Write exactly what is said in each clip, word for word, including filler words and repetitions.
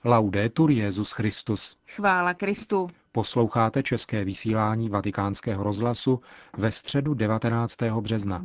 Laudetur Jesus Christus. Chvála Kristu. Posloucháte české vysílání Vatikánského rozhlasu ve středu devatenáctého března.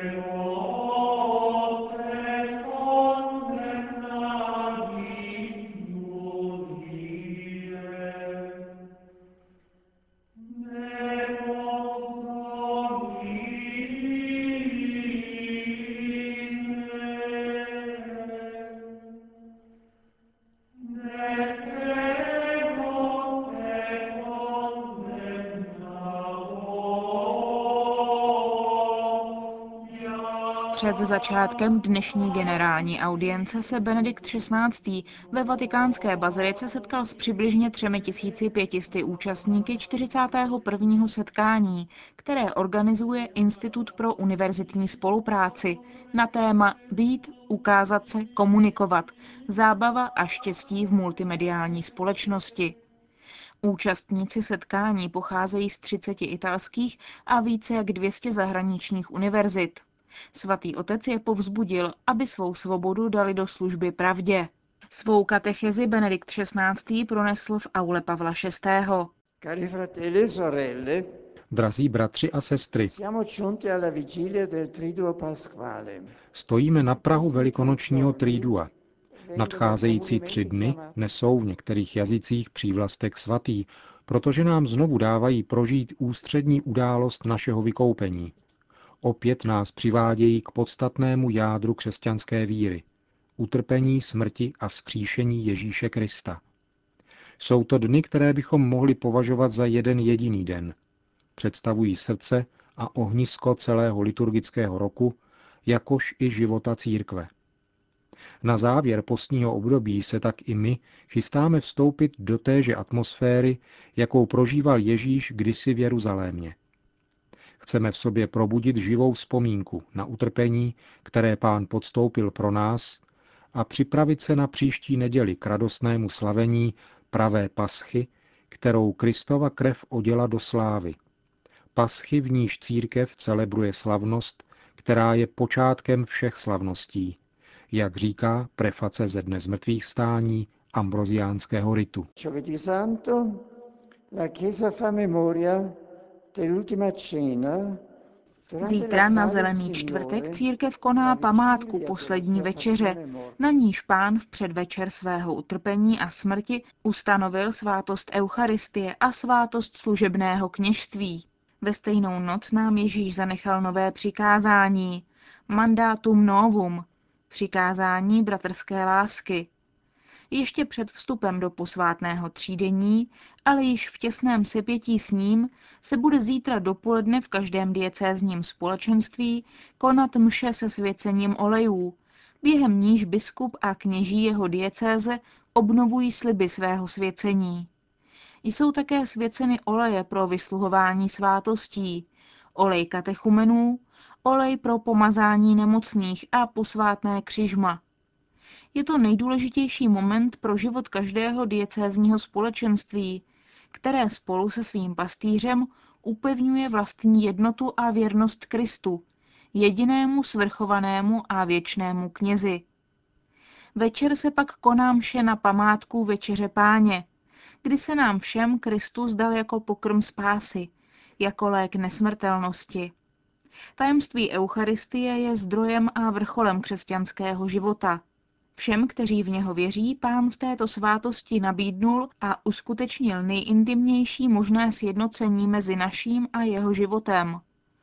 Před začátkem dnešní generální audience se Benedikt šestnáctý. ve vatikánské bazilice setkal s přibližně třemi tisíci pětisty účastníky čtyřicátého prvního setkání, které organizuje Institut pro univerzitní spolupráci na téma Být, ukázat se, komunikovat, zábava a štěstí v multimediální společnosti. Účastníci setkání pocházejí z třiceti italských a více jak dvě stě zahraničních univerzit. Svatý otec je povzbudil, aby svou svobodu dali do služby pravdě. Svou katechezi Benedikt šestnáctý. pronesl v aule Pavla šestého. Cari fratelli e sorelle, Drazí bratři a sestry, siamo giunti alla vigilia del Triduo Pasquale. stojíme na prahu velikonočního tridua. Nadcházející tři dny nesou v některých jazycích přívlastek svatý, protože nám znovu dávají prožít ústřední událost našeho vykoupení. Opět nás přivádějí k podstatnému jádru křesťanské víry, utrpení, smrti a vzkříšení Ježíše Krista. Jsou to dny, které bychom mohli považovat za jeden jediný den. Představují srdce a ohnisko celého liturgického roku, jakož i života církve. Na závěr postního období se tak i my chystáme vstoupit do téže atmosféry, jakou prožíval Ježíš kdysi v Jeruzalémě. Chceme v sobě probudit živou vzpomínku na utrpení, které Pán podstoupil pro nás, a připravit se na příští neděli k radostnému slavení pravé paschy, kterou Kristova krev oděla do slávy. Paschy, v níž církev celebruje slavnost, která je počátkem všech slavností, jak říká preface ze dne zmrtvých vstání ambroziánského ritu. Giovedì Santo, la Chiesa fa memoria dell'ultima cena. Zítra na Zelený čtvrtek církev koná památku poslední večeře, na níž Pán v předvečer svého utrpení a smrti ustanovil svátost Eucharistie a svátost služebného kněžství. Ve stejnou noc nám Ježíš zanechal nové přikázání, mandatum novum, přikázání bratrské lásky. Ještě před vstupem do posvátného třídení, ale již v těsném sepětí s ním, se bude zítra dopoledne v každém diecézním společenství konat mše se svěcením olejů, během níž biskup a kněží jeho diecéze obnovují sliby svého svěcení. Jsou také svěceny oleje pro vysluhování svátostí, olej katechumenů, olej pro pomazání nemocných a posvátné křižma. Je to nejdůležitější moment pro život každého diecézního společenství, které spolu se svým pastýřem upevňuje vlastní jednotu a věrnost Kristu, jedinému svrchovanému a věčnému knězi. Večer se pak koná mše na památku Večeře Páně, kdy se nám všem Kristus dal jako pokrm spásy, jako lék nesmrtelnosti. Tajemství Eucharistie je zdrojem a vrcholem křesťanského života. Všem, kteří v něho věří, Pán v této svátosti nabídnul a uskutečnil nejintimnější možné sjednocení mezi naším a jeho životem.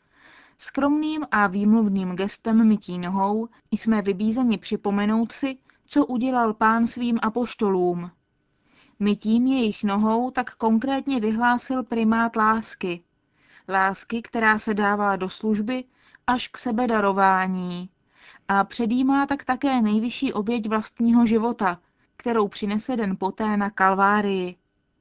Skromným a výmluvným gestem mytí nohou jsme vybízeni připomenout si, co udělal Pán svým apoštolům. Mytím jejich nohou tak konkrétně vyhlásil primát lásky. Lásky, která se dává do služby až k sebedarování. A předjímá tak také nejvyšší oběť vlastního života, kterou přinese den poté na Kalvárii.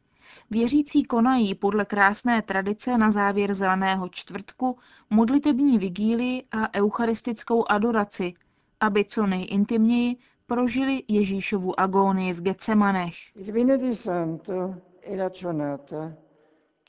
Věřící konají podle krásné tradice na závěr Zeleného čtvrtku modlitební vigílii a eucharistickou adoraci, aby co nejintimněji prožili Ježíšovu agónii v Getsemanech. Il Venerdì Santo è la giornata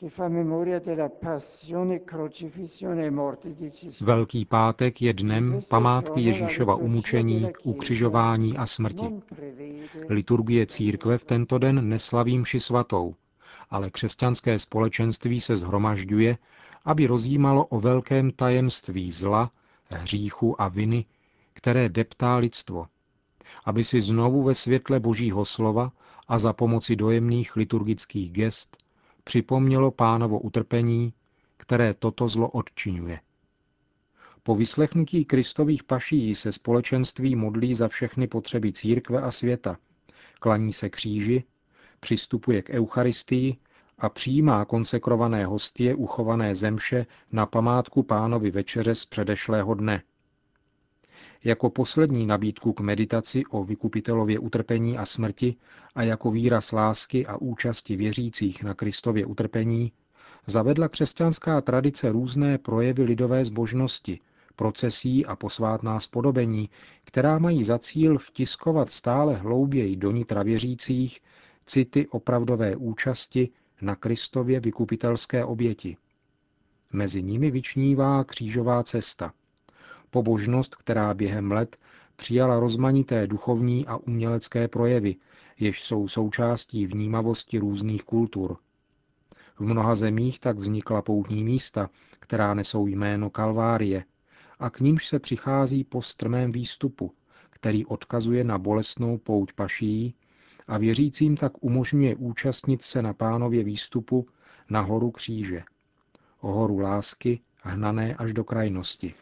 Velký pátek je dnem památky Ježíšova umučení, ukřižování a smrti. Liturgie církve v tento den neslaví mši svatou, ale křesťanské společenství se shromažďuje, aby rozjímalo o velkém tajemství zla, hříchu a viny, které deptá lidstvo, aby si znovu ve světle Božího slova a za pomoci dojemných liturgických gest připomnělo Pánovo utrpení, které toto zlo odčiňuje. Po vyslechnutí Kristových paší se společenství modlí za všechny potřeby církve a světa, klaní se kříži, přistupuje k Eucharistii a přijímá konsekrované hostie uchované ze mše na památku Pánovy večeře z předešlého dne. Jako poslední nabídku k meditaci o vykupitelově utrpení a smrti a jako výraz lásky a účasti věřících na Kristově utrpení zavedla křesťanská tradice různé projevy lidové zbožnosti, procesí a posvátná spodobení, která mají za cíl vtiskovat stále hlouběji do nitra věřících city opravdové účasti na Kristově vykupitelské oběti. Mezi nimi vyčnívá křížová cesta, pobožnost, která během let přijala rozmanité duchovní a umělecké projevy, jež jsou součástí vnímavosti různých kultur. V mnoha zemích tak vznikla poutní místa, která nesou jméno Kalvárie, a k nímž se přichází po strmém výstupu, který odkazuje na bolestnou pouť paší a věřícím tak umožňuje účastnit se na Pánově výstupu na horu kříže, o horu lásky hnané až do krajnosti.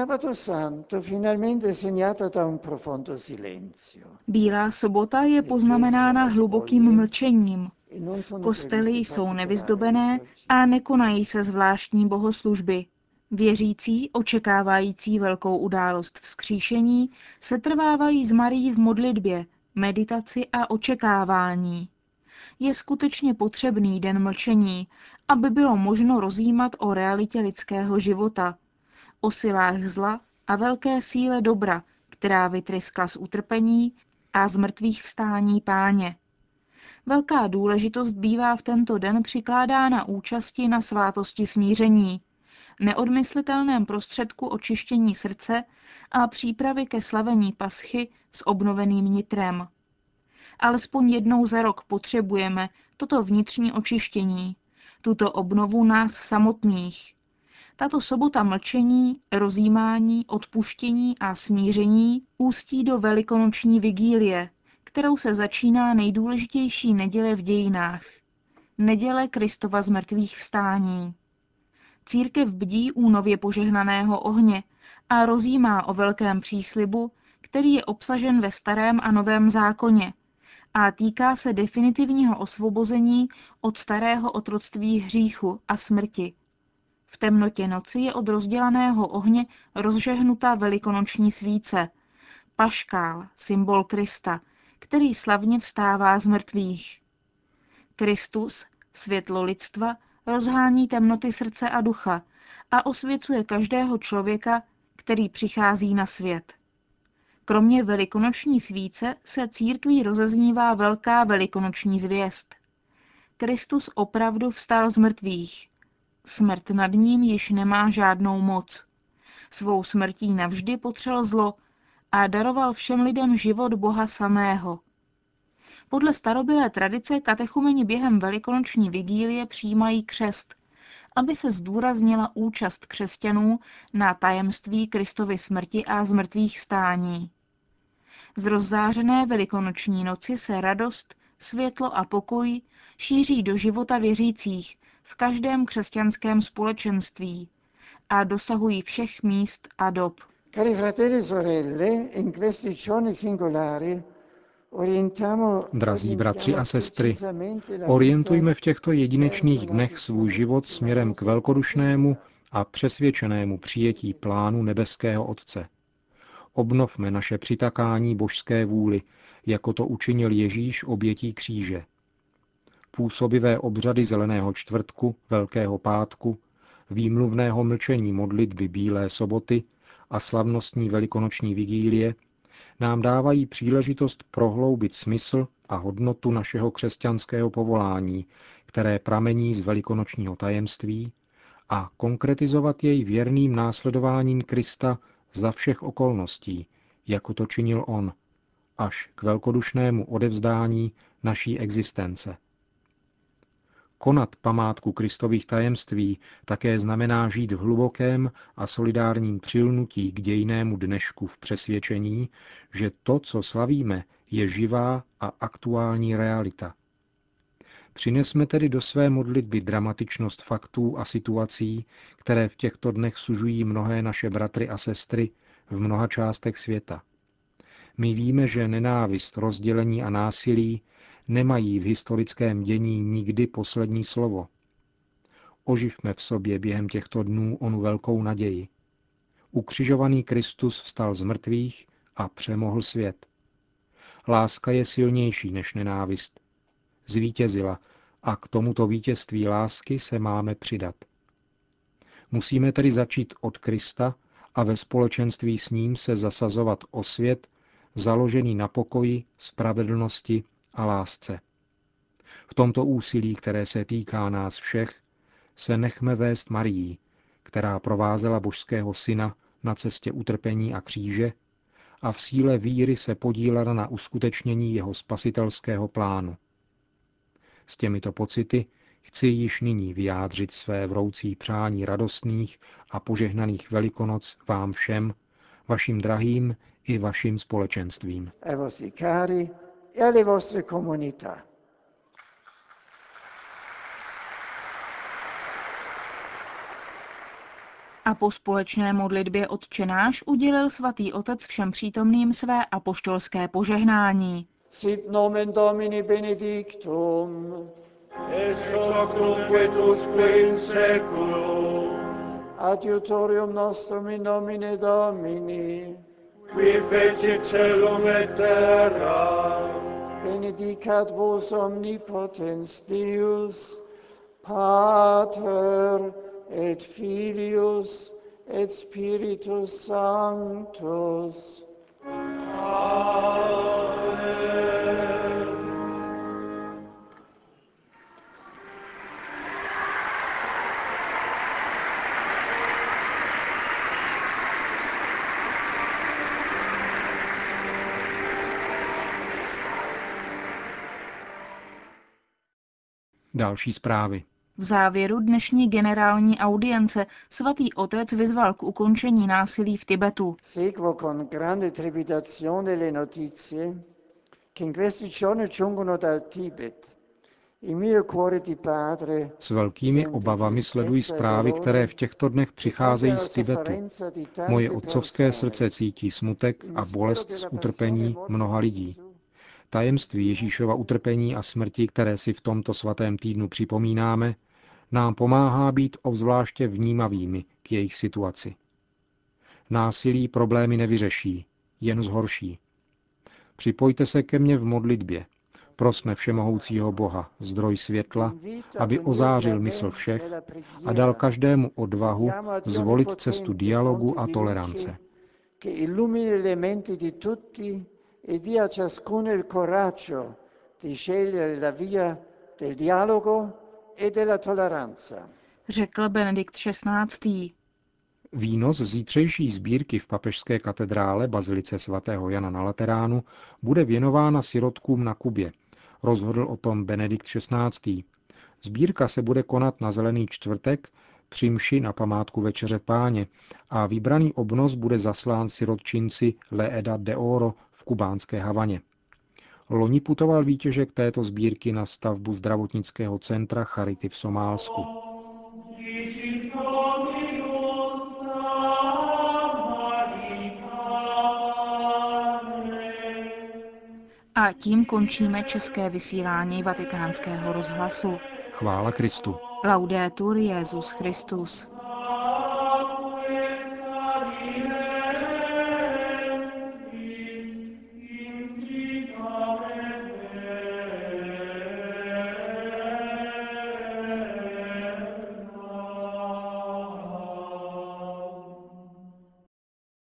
Bílá sobota je poznamenána hlubokým mlčením. Kostely jsou nevyzdobené a nekonají se zvláštní bohoslužby. Věřící, očekávající velkou událost vzkříšení, se trvávají s Marií v modlitbě, meditaci a očekávání. Je skutečně potřebný den mlčení, aby bylo možno rozjímat o realitě lidského života, o silách zla a velké síle dobra, která vytryskla z utrpení a z mrtvých vstání Páně. Velká důležitost bývá v tento den přikládána účasti na svátosti smíření, neodmyslitelném prostředku očištění srdce a přípravy ke slavení paschy s obnoveným nitrem. Alespoň jednou za rok potřebujeme toto vnitřní očištění, tuto obnovu nás samotných. Tato sobota mlčení, rozjímání, odpuštění a smíření ústí do velikonoční vigílie, kterou se začíná nejdůležitější neděle v dějinách. Neděle Kristova zmrtvých vstání. Církev bdí u nově požehnaného ohně a rozjímá o velkém příslibu, který je obsažen ve Starém a Novém zákoně a týká se definitivního osvobození od starého otroctví hříchu a smrti. V temnotě noci je od rozdělaného ohně rozžehnuta velikonoční svíce, paškál, symbol Krista, který slavně vstává z mrtvých. Kristus, světlo lidstva, rozhání temnoty srdce a ducha a osvěcuje každého člověka, který přichází na svět. Kromě velikonoční svíce se církví rozeznívá velká velikonoční zvěst. Kristus opravdu vstal z mrtvých. Smrt nad ním již nemá žádnou moc. Svou smrtí navždy potřel zlo a daroval všem lidem život Boha samého. Podle starobylé tradice katechumeni během velikonoční vigílie přijímají křest, aby se zdůraznila účast křesťanů na tajemství Kristovy smrti a zmrtvých vstání. Z rozzářené velikonoční noci se radost, světlo a pokoj šíří do života věřících v každém křesťanském společenství a dosahují všech míst a dob. Cari fratelli e sorelle, in questi giorni singolari Drazí bratři a sestry, orientujme v těchto jedinečných dnech svůj život směrem k velkodušnému a přesvědčenému přijetí plánu nebeského Otce. Obnovme naše přitakání božské vůli, jako to učinil Ježíš obětí kříže. Působivé obřady Zeleného čtvrtku, Velkého pátku, výmluvného mlčení modlitby Bílé soboty a slavnostní velikonoční vigílie nám dávají příležitost prohloubit smysl a hodnotu našeho křesťanského povolání, které pramení z velikonočního tajemství, a konkretizovat jej věrným následováním Krista za všech okolností, jako to činil on, až k velkodušnému odevzdání naší existence. Konat památku Kristových tajemství také znamená žít v hlubokém a solidárním přilnutí k dějnému dnešku v přesvědčení, že to, co slavíme, je živá a aktuální realita. Přinesme tedy do své modlitby dramatičnost faktů a situací, které v těchto dnech sužují mnohé naše bratry a sestry v mnoha částech světa. My víme, že nenávist, rozdělení a násilí nemají v historickém dění nikdy poslední slovo. Oživme v sobě během těchto dnů onu velkou naději. Ukřižovaný Kristus vstal z mrtvých a přemohl svět. Láska je silnější než nenávist. Zvítězila a k tomuto vítězství lásky se máme přidat. Musíme tedy začít od Krista a ve společenství s ním se zasazovat o svět, založený na pokoji, spravedlnosti a lásce. V tomto úsilí, které se týká nás všech, se nechme vést Marií, která provázela božského syna na cestě utrpení a kříže a v síle víry se podílela na uskutečnění jeho spasitelského plánu. S těmito pocity chci již nyní vyjádřit své vroucí přání radostných a požehnaných Velikonoc vám všem, vašim drahým i vašim společenstvím. A po společné modlitbě Otčenáš udělil svatý otec všem přítomným své apoštolské požehnání. Sit nomen Domini benedictum, ex hoc nunc et usque in seculum, adiutorium nostrum in nomine Domini, qui fecit celum et terra, benedicat vos omnipotens Deus, Pater et Filius et Spiritus Sanctus. Další zprávy. V závěru dnešní generální audience svatý otec vyzval k ukončení násilí v Tibetu. Seguo con grande trepidazione le notizie che in questi giorni giungono dal Tibet. Il mio cuore di padre S velkými obavami sledují zprávy, které v těchto dnech přicházejí z Tibetu. Moje otcovské srdce cítí smutek a bolest z utrpení mnoha lidí. Tajemství Ježíšova utrpení a smrti, které si v tomto svatém týdnu připomínáme, nám pomáhá být obzvláště vnímavými k jejich situaci. Násilí problémy nevyřeší, jen zhorší. Připojte se ke mně v modlitbě. Prosme všemohoucího Boha, zdroj světla, aby ozářil mysl všech a dal každému odvahu zvolit cestu dialogu a tolerance. E dia a ciascuno il coraggio di scegliere la via del dialogo e della tolleranza. Řekl Benedikt šestnáctý. Výnos zítřejší sbírky v papežské katedrále bazilice svatého Jana na Lateránu bude věnována sirotkům na Kubě. Rozhodl o tom Benedikt šestnáctý. Sbírka se bude konat na Zelený čtvrtek při mši na památku Večeře Páně a vybraný obnos bude zaslán sirotčinci Le Edad de Oro v kubánské Havaně. Loni putoval výtěžek této sbírky na stavbu zdravotnického centra Charity v Somálsku. A tím končíme české vysílání Vatikánského rozhlasu. Chvála Kristu. Laudetur Jesus Christus.